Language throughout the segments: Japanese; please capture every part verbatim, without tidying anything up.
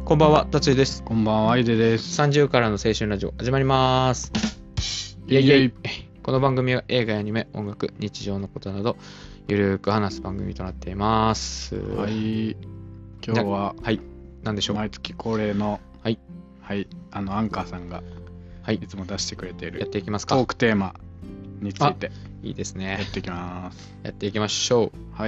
こんばんは、達也です。 こんばんは、いでです。 さんじゅうからの青春ラジオ始まります。イエイイエイ。この番組は映画やアニメ、音楽、日常のことなどゆるく話す番組となっています。 はい、今日ははい、何でしょう。 毎月恒例のはいはい、あのアンカーさんがはいいつも出してくれているやっていきますか。 トークテーマについていいですね。 やっていきます。 やっていきましょう。 はい。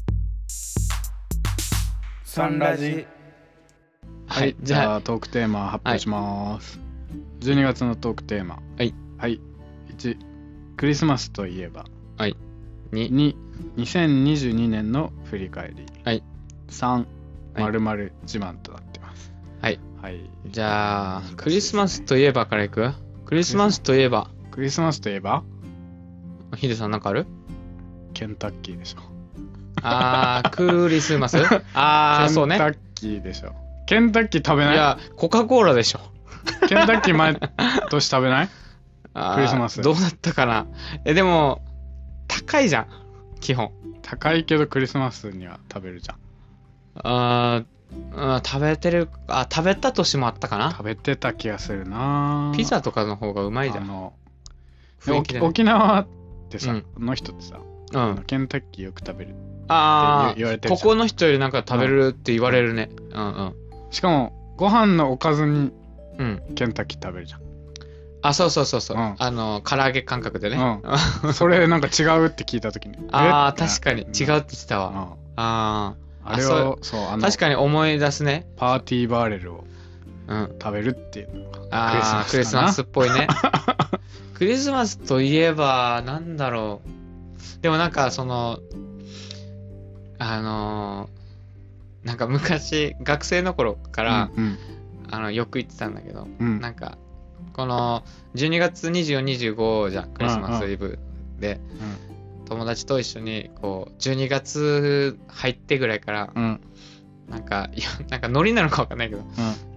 サンラジ。 はい、じゃあトークテーマ発表します。はい、じゅうにがつのトークテーマ。 はい。 はい。いち、クリスマスといえば。 はい。に、 に、にせんにじゅうにねんの振り返り。 はい。 さん、〇〇自慢となってます。 はい。 はい。 じゃあ、クリスマスといえばからいく？クリスマスといえば。 クリスマスといえば？ ヒデさんなんかある？ ケンタッキーでしょ。 あー、クリスマス？あー、そうね。 ケンタッキーでしょ。ケンタッキー食べない？ いや、コカ・コーラでしょ。 ケンタッキー毎年食べない？クリスマス。 どうだったかな。え、でも、高いじゃん、基本。 高いけどクリスマスには食べるじゃん。 あー、食べてる、あ、食べた年もあったかな。 食べてた気がするな。 ピザとかの方がうまいじゃん。あの雰囲気で、ね、沖縄ってさ、うん、の人ってさ、うん、ケンタッキーよく食べるってあ言われてるじゃん。 ここの人よりなんか食べるって言われるね。うんうん。 しかもご飯のおかずにケンタッキー食べるじゃん。 あ、そうそうそうそう、うん、あの唐揚げ感覚でね、 うん、それなんか違うって聞いた時にああ確かに違うって言ってたわ、うん、ああれをそうあの確かに思い出すね。 パーティーバーレルを食べるっていうのがクリスマスかな。 あクリスマスっぽいね。クリスマスといえばなんだろう。でもなんかそのあのー、なんか昔学生の頃から、うんうん、あのよく言ってたんだけど、うん、なんかこのじゅうにがつにじゅうよっか、にじゅうごじゃん、クリスマスイブで、うんうん、友達と一緒にこうじゅうにがつ入ってぐらいから、うん、なんかいやなんかノリなのか分かんないけど、うん、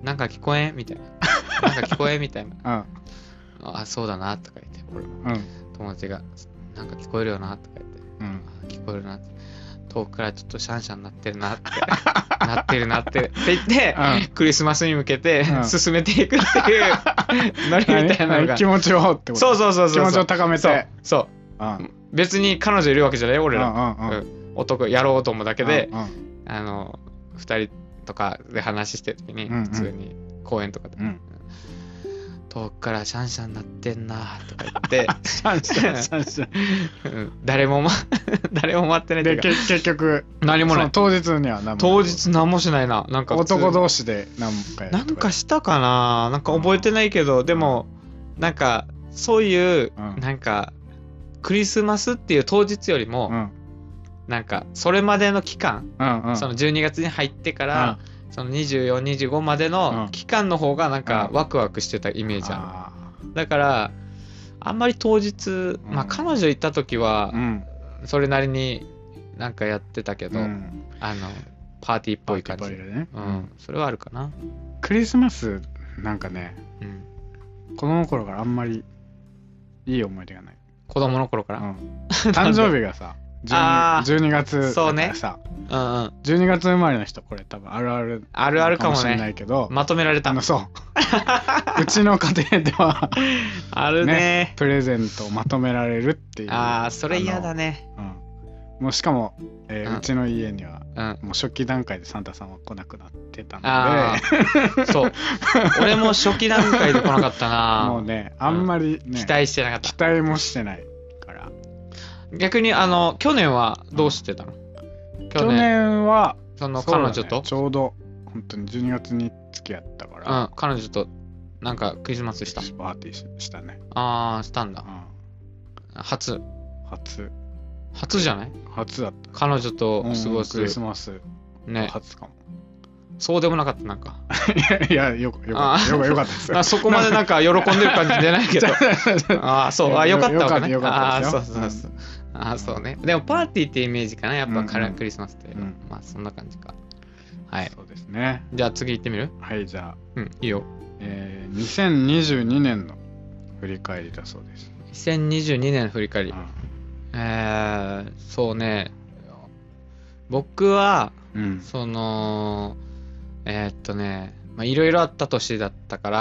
なんか聞こえんみたいななんか聞こえんみたいな、うん、あそうだなとか言って俺も、うん、友達がなんか聞こえるよなとか言って、うん、聞こえるなって遠くからちょっとシャンシャンなってるなってなってるなってって言って、うん、クリスマスに向けて進めていくっていうノリみたいなのが気持ちをってこと。 そうそうそうそう気持ちを高めてそうそう、うん、別に彼女いるわけじゃない俺ら、うんうんうん、男やろうと思うだけで、うんうん、あのふたりとかで話してる時に普通に公園とかで、うんうん遠くからシャンシャンなってんなとか言ってシャンシャンシャンシャン、 うん、誰も、ま、誰も待ってないで結局何もない当日には何も当日何もしないな。なんか男同士で何かやるなんかしたかな。なんか覚えてないけど、うん、でもなんかそういう、うん、なんかクリスマスっていう当日よりも、うん、なんかそれまでの期間、うんうん、そのじゅうにがつに入ってから、うんそのにじゅうよん、にじゅうごまでの期間の方がなんかワクワクしてたイメージある、うん、だからあんまり当日、うん、まあ彼女行った時はそれなりになんかやってたけど、うん、あのパーティーっぽい感じ、ねうん、それはあるかな。 クリスマスなんかね、うん、子供の頃からあんまりいい思い出がない。 子供の頃から、うん、 誕生日がさじゅうにがつだからさ、 そうね、うんうん、 じゅうにがつ生まれの人これ多分あるあるあるあるかもしれないけど、 まとめられたあのそううちの家庭ではある ね, ねプレゼントをまとめられるっていう。 ああそれ嫌だね、 うん、もうしかも、えーうん、うちの家には、うん、もう初期段階でサンタさんは来なくなってたのでそう俺も初期段階で来なかったな。 もうねあんまり、ねうん、 期待してなかった。 期待もしてない。 逆にあの去年はどうしてたの？ うん、去, 年去年はその彼女と、 ね、ちょうど本当にじゅうにがつに付き合ったから、 うん、彼女となんかクリスマスしたパーティーしたね。 ああしたんだ、うん、初初初じゃない？ 初だった。 彼女と過ごす、 うん、クリスマスね初かも。 そうでもなかったなんかいやよくよかったよかったですよ。そこまでなんか喜んでる感じ出ないけどああそうあよかったわけね。ああそうそうそう、うん、ああそうね。でもパーティーってイメージかなやっぱ、うんうん、クリスマスって、うん、まあそんな感じか。はいそうですね。 じゃあ次行ってみる？ はいじゃあうんいいよ。 えー、にせんにじゅうにねんの振り返りだそうです。 にせんにじゅうにねんの振り返り、うん、えー、そうね僕は、うん、そのえー、っとね、まあいろいろあった年だったから、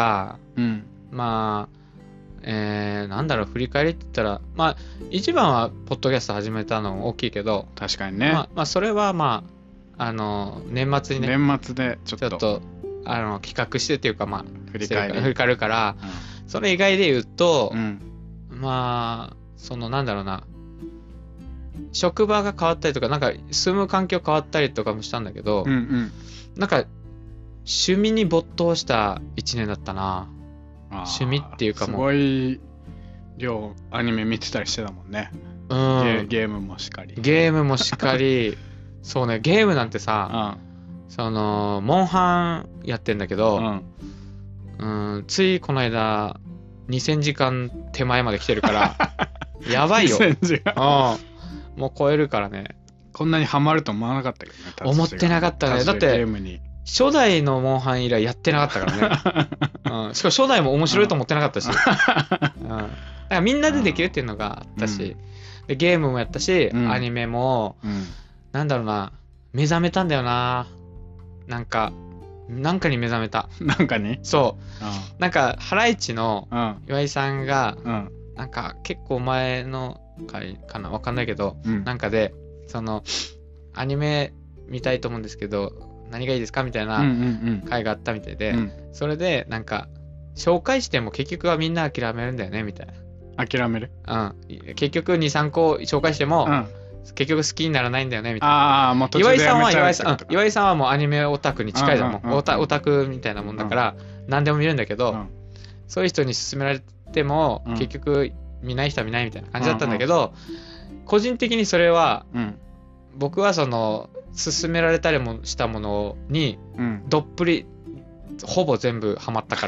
うん、 まあ、えー、なんだろう、振り返りって言ったら、まあ、一番は、ポッドキャスト始めたの大きいけど、 確かにね。 まあ、まあ、それはまあ、あの、年末にね、 年末でちょっと、 ちょっと、あの、企画してっていうか、まあ、 振り返り。 振り返るから、うん、それ以外で言うと、 うん、 まあ、その、なんだろうな、職場が変わったりとか、なんか、住む環境変わったりとかもしたんだけど、 うんうん、 なんか、趣味に没頭した一年だったな。趣味っていうかもうすごい量アニメ見てたりしてたもんね、 うん、 ゲ, ゲームもしかりゲームもしかりそうね、ゲームなんてさ、うん、そのモンハンやってんだけど、うん、うん、ついこの間にせんじかん手前まで来てるからやばいよ。にせんじかん、うん、もう超えるからね。 こんなにハマると思わなかったけどね。 思ってなかったね。だってゲームに初代のモンハン以来やってなかったからね、うん、しかも初代も面白いと思ってなかったし、うん、だからみんなでできるっていうのがあったし、うん、でゲームもやったし、うん、アニメも、うん、なんだろうな、目覚めたんだよな。なんかなんかに目覚めた。 なんかにそう、うん、なんかハライチの岩井さんが、うん、なんか結構前の回かな、わかんないけど、うん、なんかでそのアニメ見たいと思うんですけど何がいいですかみたいな回があったみたいで、うんうんうん、それでなんか紹介しても結局はみんな諦めるんだよねみたいな。諦める、 うん、結局 に,さん 個紹介しても、うん、結局好きにならないんだよねみたいな。 ああ、もう途中でやめちゃうってことか。 岩井さんは岩井さん、岩井さんはもうアニメオタクに近いじゃん、もうオタ、オタクみたいなもんだから、うん、何でも見るんだけど、うん、そういう人に勧められても、うん、結局見ない人は見ないみたいな感じだったんだけど、うんうん、個人的にそれは、うん、僕はその勧められたりもしたものに、うん、どっぷりほぼ全部ハマったから、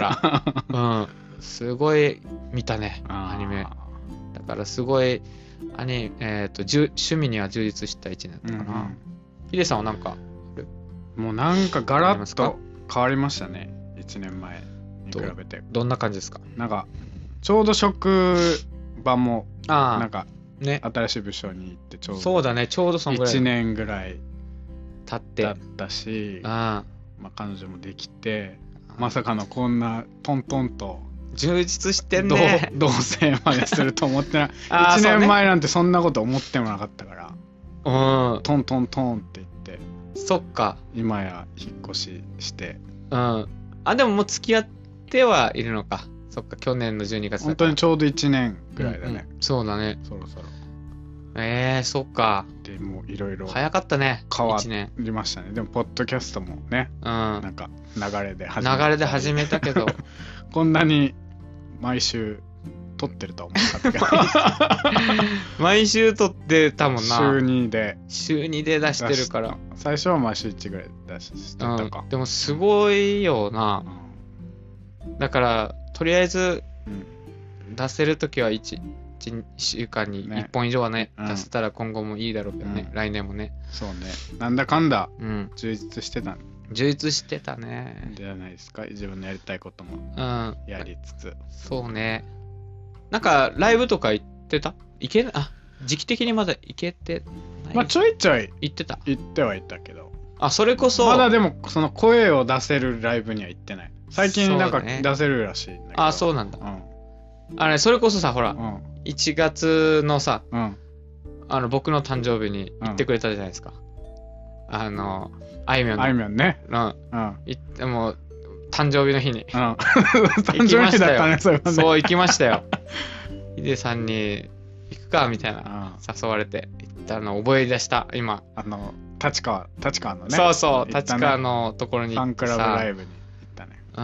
うん、すごい見たねアニメ。だからすごいアニ、えー、と趣味には充実した一年だったかな。うんうん、ヒデさんはなんかもうなんかガラッと変わりましたね、いちねんまえに比べて。 ど, どんな感じですか？ なんかちょうど職場もなんかね、新しい部署に行ってちょうどそうだね、ちょうどそのぐらいいちねんぐらい経ってだったし、あ、まあ、彼女もできて、まさかのこんなトントンと充実してんね、 同棲まですると思ってないいちねんまえなんてそんなこと思ってもなかったから、うん、トントントンって言って、 そっか、 今や引っ越しして、 うん、あ、でももう付き合ってはいるのか。そっか、去年のじゅうにがつだから本当にちょうどいちねんぐらいだね、うんうん、 そうだね、 そろそろ。 えー、そっか。 でもいろいろ早かったね、 変わりましたね。でもポッドキャストもね、うん、なんか流れで始めた流れで始めたけどこんなに毎週撮ってるとは思わなかったけど毎週撮ってたもんな。 週にで週にで出してるから。 最初はまあ週いちぐらい出してたか、 うん、でもすごいよな、うん、だからとりあえず、うん、出せるときはいち、いっしゅうかんにいっぽん以上はね、ね、出せたら今後もいいだろうけどね、うん、来年もね。 そうね、なんだかんだ充実してた、 うん、充実してたねじゃないですか。自分のやりたいこともやりつつ、うん、 そうね。なんかライブとか行ってた？行けな、あ、時期的にまだ行けてない。 まあちょいちょい行ってた行ってはいたけど、 あ、それこそまだでもその声を出せるライブには行ってない。最近なんか出せるらしいんだけど、 あ、そうなんだ、うん、あれ、それこそさ、ほら、うん、いちがつのさ、うん、あの僕の誕生日に行ってくれたじゃないですか、うん、あのあいみょんのあいみょんね、 うん、うん、行っても誕生日の日に、うん、 誕生日だったね、それはね。 そう、行きましたよヒデさんに行くかみたいな、うん、誘われて行ったのを覚え出した今。あの立川立川のね、 そうそう、ね、立川のところにファンクラブライブに行ったね。 うん、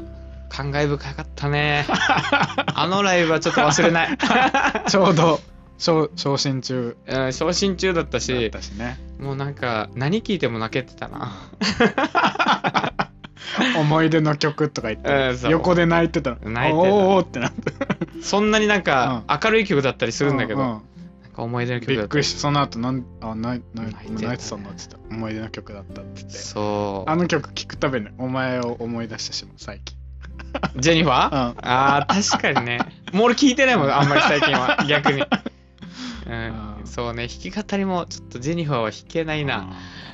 感慨深かったねあのライブはちょっと忘れないちょうど昇進中、 うん、昇進中だったし、 だったしね、 もうなんか何聴いても泣けてたな思い出の曲とか言って、うん、横で泣いてた。 泣いてた。 おーってなってそんなになんか明るい曲だったりするんだけど、うんうん、なんか思い出の曲だった。 びっくりして、その後なんあ泣いてたのって言った、思い出の曲だったって言って、 そう、 あの曲聴くたびにお前を思い出してしまう最近ジェニファー、うん、あー確かにねもう俺聞いてないもん、あんまり最近は逆に、うん、そうね、弾き語りもちょっとジェニファーは弾けないな。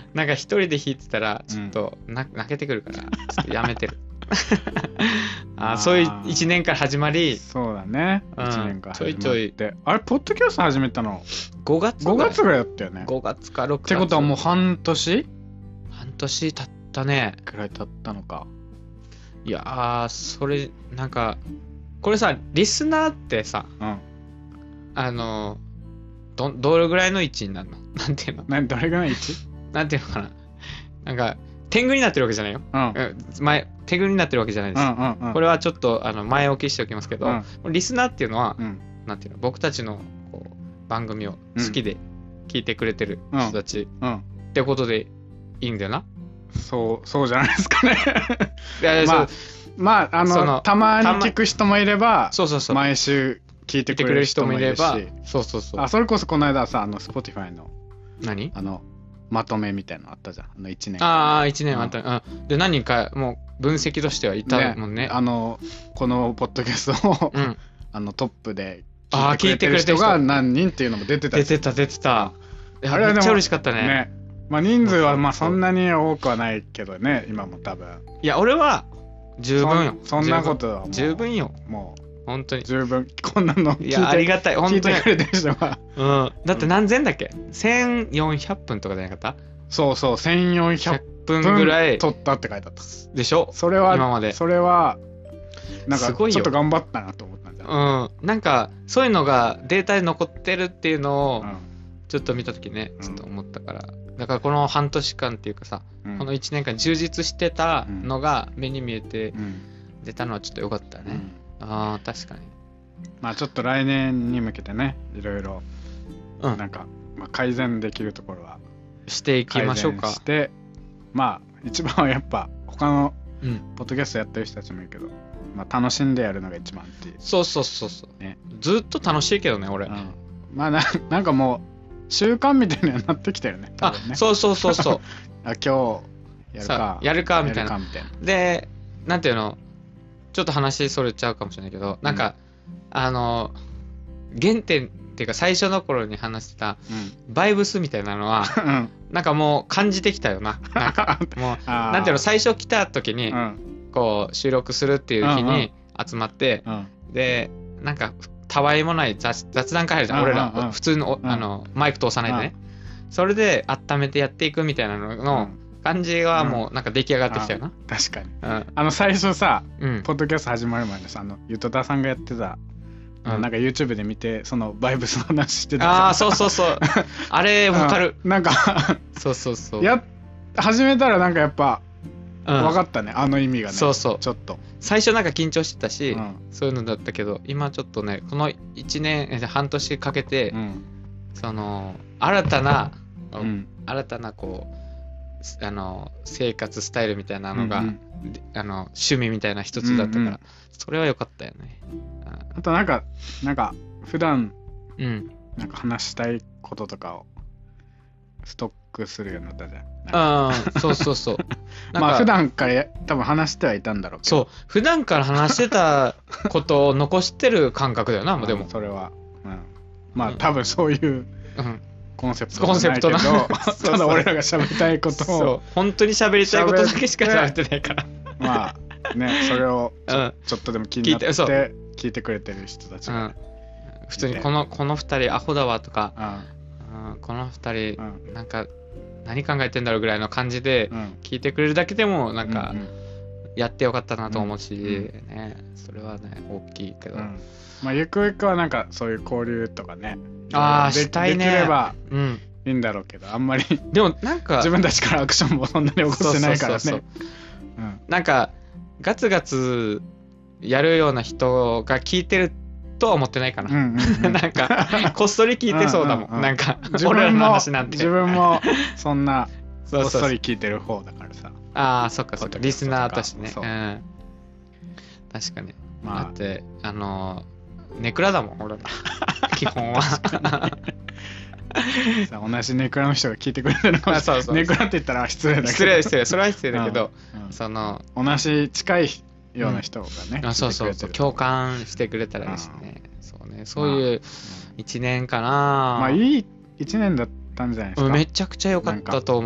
なんか一人で弾いてたらちょっとな、うん、泣けてくるからちょっとやめてるあ、そういういちねんから始まり、 そうだね、 うん、 いちねんから始まって、 ちょいちょいあれポッドキャスト始めたのごがつごがつぐらいだったよね。 ごがつかろくがつってことはもう半年半年経ったねくらい経ったのか。 いやー、それなんかこれさ、リスナーってさ、うん、あのどどれぐらいの位置になるの？なんていうの？ などれぐらいの位置？ なんていうのかな、なんか天狗になってるわけじゃないよ、うん、前天狗になってるわけじゃないです、うんうんうん、これはちょっとあの前置きしておきますけど、うん、リスナーっていうのは、うん、なんていうの、僕たちのこう番組を好きで聞いてくれてる人たち、うんうん、ってことでいいんだよな。 そうそうじゃないですかねいやいや、まあまああののたまに聞く人もいれば、 そうそうそう、 毎週聞いてくれる人もいるし、 そうそうそう、 あ、それこそこの間さ、あの Spotify の何あのまとめみたいなのあったじゃん、あのいちねん。 ああ、いちねんあった、うん、で何人かもう分析としてはいたもんね。 ね、あのこのポッドキャストを、うん、あのトップで聞いてくれてる人が何人っていうのも出てた。 出てた出てた。あれはめっちゃ嬉しかったね。ね、 まあ人数はまあそんなに多くはないけどね、今も多分。 いや俺は十分よ。 そんなことはもう十分よ。 もう本当に十分、こんなの聞いて、 いやありがたい、本当に聞いてくれてる人は、 うん、だって何千だっけ、せんよんひゃくぷんとかじゃなかった？ そうそう、せんよんひゃくぷんぐらい撮ったって書いてあったでしょ。 それは今までそれはなんかちょっと頑張ったなと思ったんじゃない？ うん、なんかそういうのがデータで残ってるっていうのをちょっと見た時ね、ちょっと思ったから、うん、だからこの半年間っていうかさ、うん、このいちねんかん充実してたのが目に見えて出たのはちょっと良かったね、うん、ああ確かに。 まあちょっと来年に向けてね、いろいろなんか、まあ、改善できるところはしていきましょうか。 改善して、まあ一番はやっぱ他のポッドキャストやってる人たちもいるけど、まあ、楽しんでやるのが一番っていう。 そうそうそうそう、ね、ずっと楽しいけどね俺、うん、 まあ な, なんかもう習慣みたいにはなってきたよね。 あ、ね、そうそうそうそうあ、今日やるかやるかみたいな。みたいなで、なんていうの、ちょっと話それちゃうかもしれないけど、なんか、うん、あの原点っていうか最初の頃に話してた、うん、バイブスみたいなのは、うん、なんかもう感じてきたよな。なんかもうなんていうの、最初来た時に、うん、こう収録するっていう日に集まって、うんうん、でなんかたわいもない 雑, 雑談会入るじゃん、うん、俺ら、うん、普通の、うん、あのマイク通さないでね、うん、それで温めてやっていくみたいなのの感じはもうなんか出来上がってきたよな、うん、 確かに、うん、あの最初さ、うん、ポッドキャスト始まる前にさ、あのゆとたさんがやってた、うん、なんか YouTube で見てそのバイブスの話してた。 ああそうそうそうあれわかるなんかそうそうそうや始めたらなんかやっぱ分かったね、うん、あの意味がね。 そうそう、 ちょっと最初なんか緊張してたし、うん、そういうのだったけど今ちょっとねこのいちねん半年かけて、うん、その新たな、うん、新たなこうあの生活スタイルみたいなのが、うんうん、あの趣味みたいな一つだったから、うんうん、それは良かったよね。 あとなんかなんか普段、うん、なんか話したいこととかをストックするようになったじゃん。 ああそうそうそうまあ普段から多分話してはいたんだろうけど、 そう普段から話してたことを残してる感覚だよなもうでもそれは、うん、まあ多分そういう、うんコンセプトコンセプトなただ俺らが喋りたいことをそう本当に喋りたいことだけしか喋ってないからまあねそれをち ょ,、うん、ちょっとでも気になって聞いて、聞いてくれてる人たちが、うん、 普通にこのこのふたりアホだわとか、うんうん、このふたり、うん、なんか何考えてんだろうぐらいの感じで聞いてくれるだけでもなんかやってよかったなと思うし、うんうんね、それはね大きいけど、うん、 まあゆくゆくはなんかそういう交流とかねああしたいね。 できればいいんだろうけど、うん、あんまりでもなんか自分たちからアクションもそんなに起こってないからね。そうそうそうそう、 うん、なんかガツガツやるような人が聞いてるとは思ってないかな、うんうんうん、なんかこっそり聞いてそうだもん、うんうんうん、なんか俺らの話なんて自分もそんなこっそり聞いてる方だからさ。 ああそっかそっかリスナーとしてね、うん、確かに、まあ、だってあのネクラだもん俺ら基本はさ同じネクラの人が聞いてくれてるのかもしれない。ネクラって言ったら失礼だけど失礼失礼それは失礼だけど、うんうん、その同じ近いような人がね、 うん、あそうそうそう共感してくれたらいいしね、うん、そうねそういういちねんかな。 まあいいいちねんだったんじゃないですか。 めちゃくちゃ良かったと思う。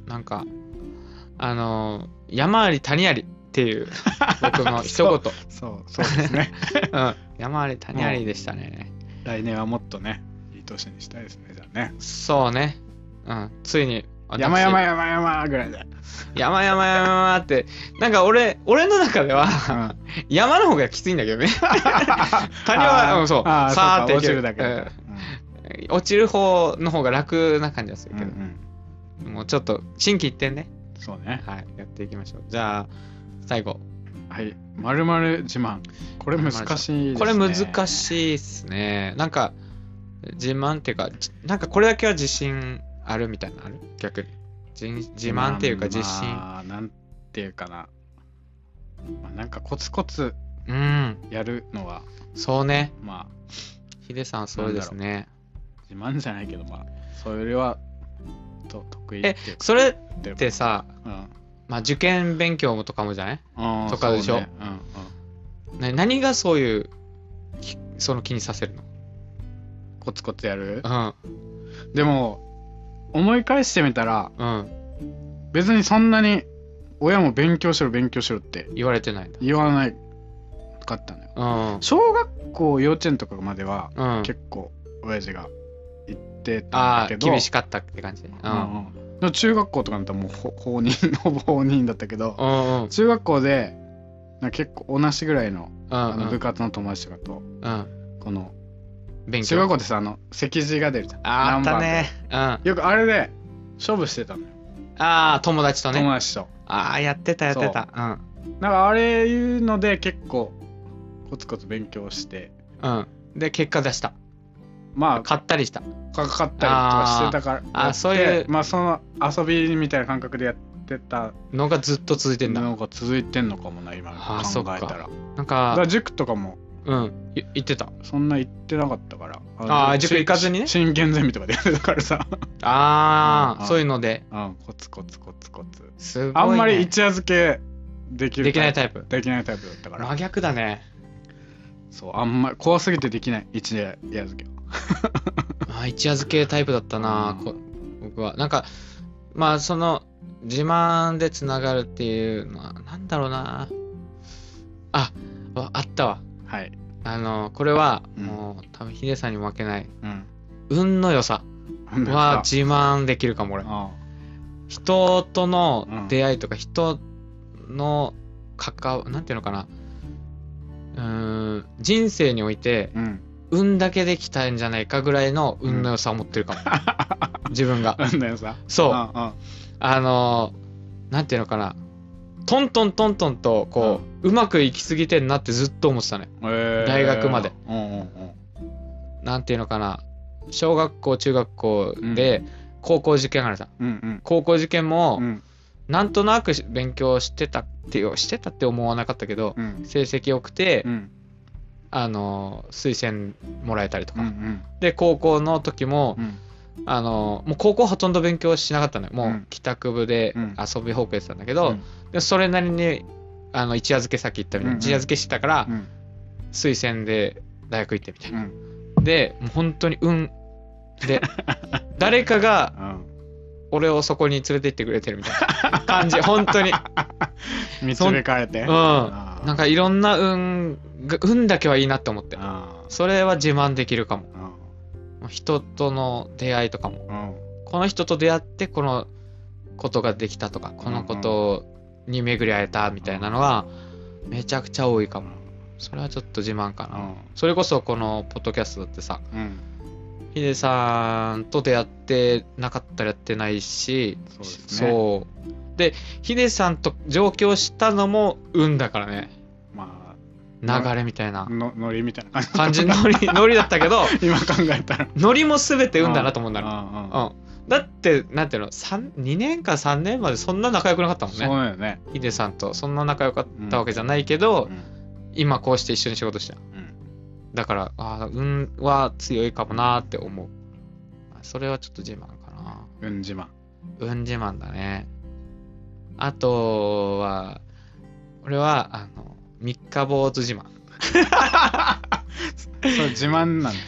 なんかあの山あり谷ありっていう僕の一言そうそうですね、 うん、山あり谷ありでしたね。 来年はもっとねいい年にしたいですね。じゃあね。 そうね、うん、ついに山山山山ぐらいで山山山ってなんか俺俺の中では、うん、山の方がきついんだけどね谷は、うん、そうさーって落ちるだけ、うんうん、落ちる方の方が楽な感じがするけど、うんうん、もうちょっと心機一転ね。 そうね、 はい、やっていきましょう。じゃあ最後、 はい〇〇自慢。これ難しいですね。 これ難しいっすね。なんか自慢っていうかなんかこれだけは自信あるみたいなのある？逆に自, 自慢っていうか自信、 まあ、なんていうかな、まあ、なんかコツコツやるのは、 うん、そうね。 まあヒデさんそうですね。 自慢じゃないけどまあそれはと得意っていうか。 えそれってさ、うん、まあ受験勉強とかもじゃないとかでしょ、ねうんうん、ね、何がそういうその気にさせるの？ コツコツやる、 うん、 でも思い返してみたら、 うん、 別にそんなに親も勉強しろ勉強しろって言われてないんだ。 言わないかったのよ、うん、小学校幼稚園とかまでは、うん、結構親父が言ってたんだけど、 あ厳しかったって感じ、うんうんうん、中学校とかだったらもう放任ほぼ放任だったけど、 うんうん、 中学校で結構同じぐらい の,、うんうん、あの部活の友達とかと、 うん、 この勉強中学校でさあの席次が出るじゃん。 あったね、うん、 よくあれで勝負してたのよ。 ああ友達とね。 友達とああやってたやってた。うん。 なんかあれいうので結構コツコツ勉強して、 うん。で結果出した。 まあ買ったりした。 かかったりとかしてたから。 ああそういうまあその遊びみたいな感覚でやってたのがずっと続いてんだ。 のが続いてんのかもな今考えたら。 なんか。 だから塾とかも。 うん行ってた。 そんな行ってなかったから。 ああ塾行かずにね。 真剣ゼミとかでやってたからさ。 ああそういうので。 うんコツコツコツコツ。 すごいね。 あんまり一夜漬けできるできないタイプ。 できないタイプだったから。 真逆だね。 そうあんまり怖すぎてできない一夜漬けは。 あ一夜漬けタイプだったな、うん、僕はなんかまあその自慢でつながるっていうのはなんだろうなああったわ。 はい。 あのこれはもう、うん、多分ヒデさんにも負けない、 うん、 運の良さは自慢できるかも俺。人との出会いとか、うん、人の関わなんていうのかなうーん人生において、うん、運だけできたんじゃないかぐらいの運の良さを持ってるかも、うん、自分が運の良さそう、 うんうん、 あのなんていうのかなトントントントンとこう、うん、うまくいきすぎてんなってずっと思ってたね、 えー、 大学まで、 うんうんうん、 なんていうのかな小学校中学校で高校受験があるさ、 うんうん、 高校受験も、 うん、 なんとなく勉強してたっていうしてたって思わなかったけど、うん、成績良くて、うん、あの推薦もらえたりとか、うんうん、で高校の時も、うんあのもう高校ほとんど勉強しなかったのよ。もう帰宅部で遊びほうけてたんだけど、うん、でそれなりにあの一夜漬けさっき言ったみたいに、うんうん、一夜漬けしてたから、うん、推薦で大学行ってみたいな、うん、でもう本当に運で誰かが俺をそこに連れて行ってくれてるみたいな感じ本当に導かれて、 うん、なんかいろんな運が運だけはいいなって思って、それは自慢できるかも。人との出会いとかも、うん、この人と出会ってこのことができたとかこのことに巡り会えたみたいなのはめちゃくちゃ多いかも。それはちょっと自慢かな、うん、それこそこのポッドキャストだってさ、うん、ヒデさんと出会ってなかったらやってないし、 そうですね、 そうでヒデさんと上京したのも運だからね。流れみたいなのノリみたいな感じノリノリだったけど今考えたらノリも全て運だなと思うんだろう。だってなんていうのにねんかさんねんまでそんな仲良くなかったもんね。 そうだよね。 ヒデさんとそんな仲良かったわけじゃないけど、うん、今こうして一緒に仕事した、うん、だからあ運は強いかもなって思う。それはちょっと自慢かな。 運自慢運自慢だね。あとは俺はあの三日坊主自慢それ自慢なんですか？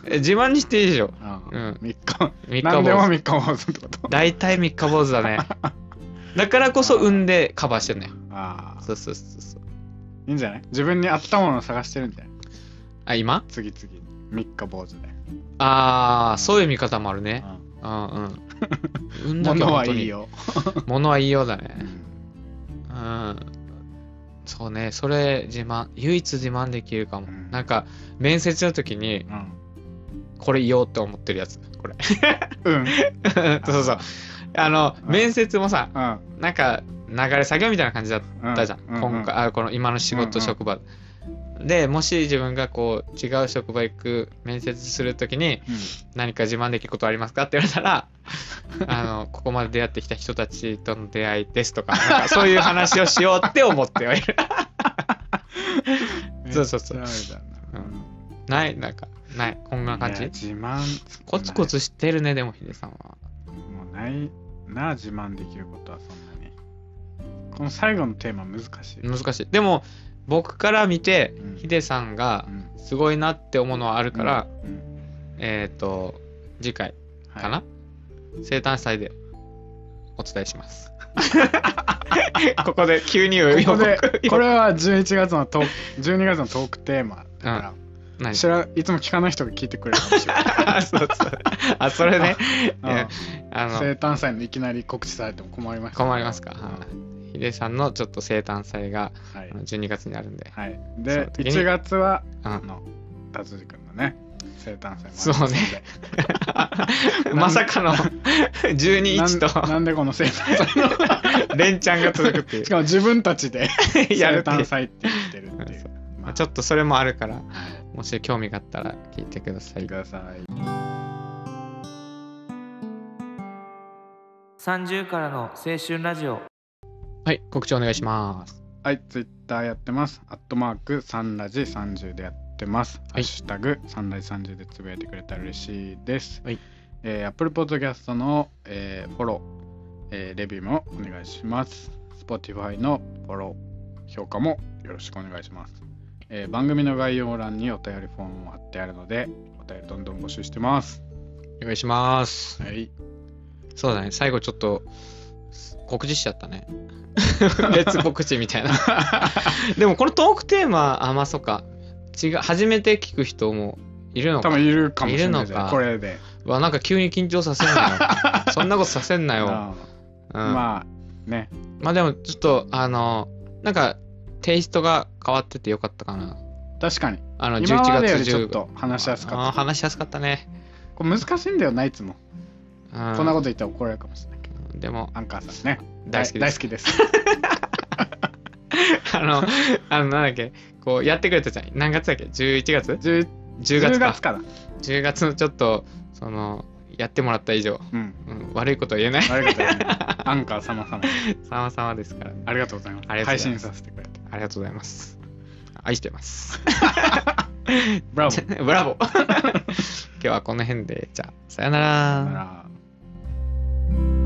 え自慢にしていいでしょ。 ああうんみっか三日何でも坊主。 みっか坊主ってこと大体三日坊主だね。だからこそ産んでカバーしてんのよ。 ああそうそうそうそう。 いいんじゃない？自分に合ったものを探してるんじゃない？ あ、今？ 次々みっか坊主で。 ああ、そういう見方もあるね。 ううんうん。 ん産んだけ物本当に。 はいいよ。 物はいいようだね。 うんうん。そうね、それ自慢、唯一自慢できるかも。 うんなんか、面接の時に、 うんこれ言おうって思ってるやつ。これ。 うんそうそう。あの、 うん面接もさ、 うんなんか、流れ作業みたいな感じだったじゃん。 うん今回、あこの今の仕事、 うんうん職場。で、もし自分がこう、違う職場行く、面接するときに、何か自慢できることありますかって言われたら、あの、ここまで出会ってきた人たちとの出会いですとか、なんかそういう話をしようって思ってはいる。そうそうそうめっちゃあれだな。 うんない、なんか、ない。こんな感じいや自慢コツコツしてるね、でもヒデさんは。 もうないな、自慢できることはそんなに。この最後のテーマ難しい。 難しい。でも、僕から見てうん、 ヒデさんがうんすごいなって思うのはあるから、 うんえっと、次回かな、 は生誕祭でお伝えします。ここで急に言ういここで予告これはじゅういちがつのトークじゅうにがつのトークテーマだから、 何知らいつも聞かない人が聞いてくれるかもしれない。 あそうそうあ、それね。いやあのうん生誕祭のいきなり告知されても困ります。 困りますか。 うんはいヒデさんのちょっと生誕祭がはいあのじゅうにがつにあるんで。 はい。 そでの時にいちがつはうんあの達治君のね生誕祭もありますそうのでねまさかのじゅうにいちとなんなんでこの生誕祭の連チャンが続くっていうし。かも自分たちで生やるっていう誕祭って言ってるっていうそう。 ままあちょっとそれもあるから、 はいもし興味があったら聞いてください聞いてく。ださい。 さんじゅうからの青春ラジオ。 はい、告知お願いします。 はい、ツイッターやってます。アットマークサンラジさんじゅうでやってます。ハッシュタグサンラジさんじゅうでつぶやいてくれたら嬉しいです。 はい。 えー、Apple Podcast の、えーフォロー、えーレビューもお願いします。Spotify のフォロー、評価もよろしくお願いします。えー番組の概要欄にお便りフォームも貼ってあるので、お便りどんどん募集してます。 お願いします。 はい。 そうだね、最後ちょっと告知しちゃったね。別告知みたいな。でもこのトークテーマ、あ、まあそっか。違う、初めて聞く人もいるのか。 多分いるかもしれないいるのかこれで。 うわ、なんか急に緊張させんなよ。そんなことさせんなよ。 あうん、ままあね。 あでもちょっと、あの、なんかテイストが変わっててよかったかな。 確かに。 あの、 今までよりじゅういちがつちょっと話しやすかった。 あー話しやすかったね。 これ難しいんだよな、いつも。 うん、 こんなこと言ったら怒られるかもしれないけど。 でも、 アンカーさんね。 大好きです。 大好きです。 あの、あの、なんだっけ、こう、やってくれたじゃん。何月だっけ ?じゅういちがつじゅう ?じゅうがつか。 月から。 じゅうがつのちょっと、その、やってもらった以上、 うん。 うん、悪いことは言えない。 悪いこと言うね。アンカー様様。 様々ですから。 ありがとうございます。 ありがとう配ございます信させてくれて。 ありがとうございます。愛してます。 ブラボー。 ブラボー。今日はこの辺で、じゃあ、さよなら。 さよなら